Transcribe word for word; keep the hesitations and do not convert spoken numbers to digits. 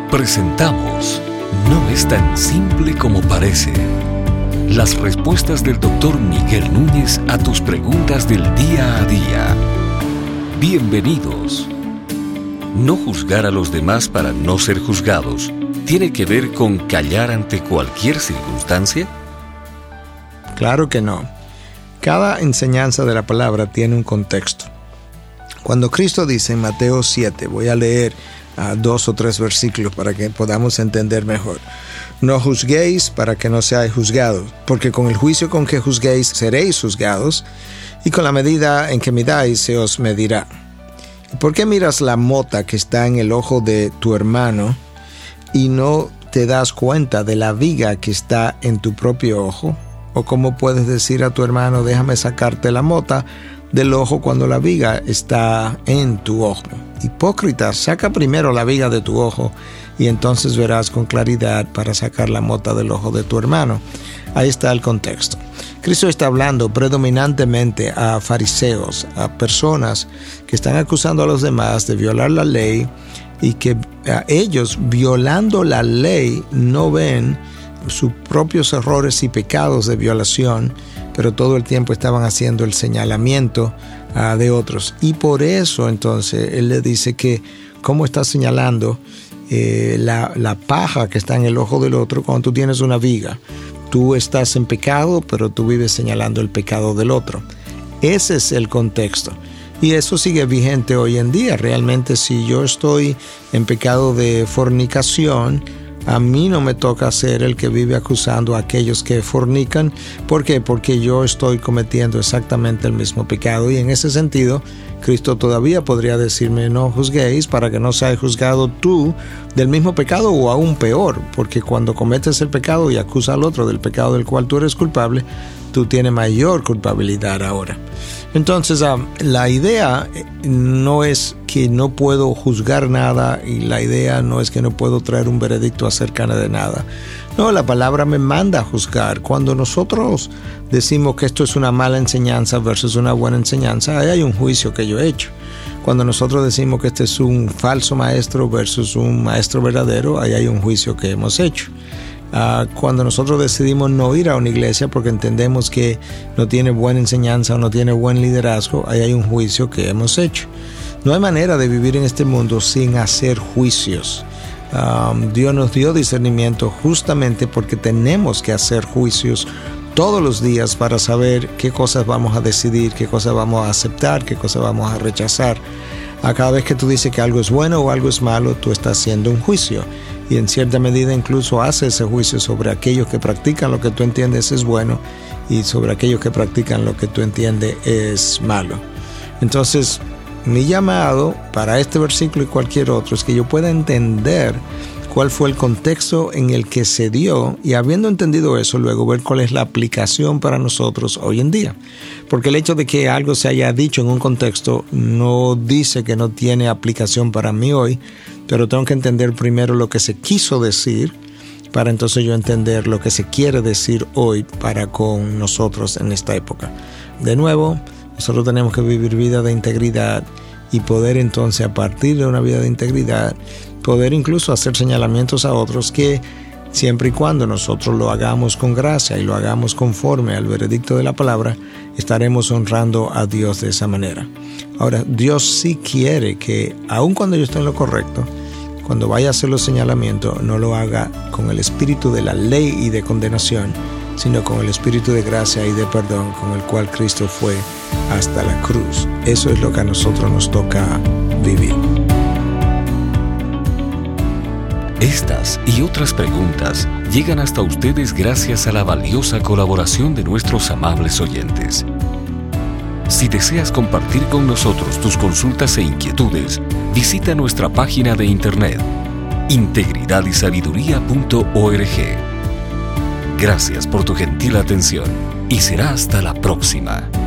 Presentamos No es tan simple como parece. Las respuestas del doctor Miguel Núñez a tus preguntas del día a día. Bienvenidos. No juzgar a los demás para no ser juzgados tiene que ver con callar ante cualquier circunstancia. Claro que no. Cada enseñanza de la palabra tiene un contexto. Cuando Cristo dice en Mateo siete, voy a leer uh, dos o tres versículos para que podamos entender mejor. No juzguéis para que no seáis juzgados, porque con el juicio con que juzguéis seréis juzgados, y con la medida en que midáis se os medirá. ¿Por qué miras la mota que está en el ojo de tu hermano y no te das cuenta de la viga que está en tu propio ojo? ¿O cómo puedes decir a tu hermano, déjame sacarte la mota del ojo cuando la viga está en tu ojo? Hipócrita, saca primero la viga de tu ojo y entonces verás con claridad para sacar la mota del ojo de tu hermano. Ahí está el contexto. Cristo está hablando predominantemente a fariseos, a personas que están acusando a los demás de violar la ley y que a ellos, violando la ley, no ven sus propios errores y pecados de violación, pero todo el tiempo estaban haciendo el señalamiento uh, de otros. Y por eso entonces él le dice que cómo está señalando eh, la, la paja que está en el ojo del otro cuando tú tienes una viga. Tú estás en pecado, pero tú vives señalando el pecado del otro. Ese es el contexto. Y eso sigue vigente hoy en día. Realmente, si yo estoy en pecado de fornicación, a mí no me toca ser el que vive acusando a aquellos que fornican. ¿Por qué? Porque yo estoy cometiendo exactamente el mismo pecado. Y en ese sentido, Cristo todavía podría decirme, no juzguéis para que no seas juzgado tú del mismo pecado o aún peor. Porque cuando cometes el pecado y acusas al otro del pecado del cual tú eres culpable, tú tienes mayor culpabilidad ahora. Entonces, uh, la idea no es que no puedo juzgar nada y la idea no es que no puedo traer un veredicto acerca de nada. No, la palabra me manda a juzgar. Cuando nosotros decimos que esto es una mala enseñanza versus una buena enseñanza, ahí hay un juicio que yo he hecho. Cuando nosotros decimos que este es un falso maestro versus un maestro verdadero, ahí hay un juicio que hemos hecho. Uh, cuando nosotros decidimos no ir a una iglesia porque entendemos que no tiene buena enseñanza o no tiene buen liderazgo, ahí hay un juicio que hemos hecho. No hay manera de vivir en este mundo sin hacer juicios. Um, Dios nos dio discernimiento justamente porque tenemos que hacer juicios todos los días para saber qué cosas vamos a decidir, qué cosas vamos a aceptar, qué cosas vamos a rechazar. A cada vez que tú dices que algo es bueno o algo es malo, tú estás haciendo un juicio. Y en cierta medida incluso hace ese juicio sobre aquellos que practican lo que tú entiendes es bueno y sobre aquellos que practican lo que tú entiendes es malo. Entonces, mi llamado para este versículo y cualquier otro es que yo pueda entender cuál fue el contexto en el que se dio y habiendo entendido eso, luego ver cuál es la aplicación para nosotros hoy en día. Porque el hecho de que algo se haya dicho en un contexto no dice que no tiene aplicación para mí hoy, pero tengo que entender primero lo que se quiso decir para entonces yo entender lo que se quiere decir hoy para con nosotros en esta época. De nuevo, nosotros tenemos que vivir vida de integridad y poder entonces a partir de una vida de integridad poder incluso hacer señalamientos a otros que siempre y cuando nosotros lo hagamos con gracia y lo hagamos conforme al veredicto de la palabra, estaremos honrando a Dios de esa manera. Ahora, Dios sí quiere que, aun cuando yo esté en lo correcto, cuando vaya a hacer los señalamientos, no lo haga con el espíritu de la ley y de condenación, sino con el espíritu de gracia y de perdón con el cual Cristo fue hasta la cruz. Eso es lo que a nosotros nos toca vivir. Estas y otras preguntas llegan hasta ustedes gracias a la valiosa colaboración de nuestros amables oyentes. Si deseas compartir con nosotros tus consultas e inquietudes, visita nuestra página de internet integridad y sabiduría punto org. Gracias por tu gentil atención y será hasta la próxima.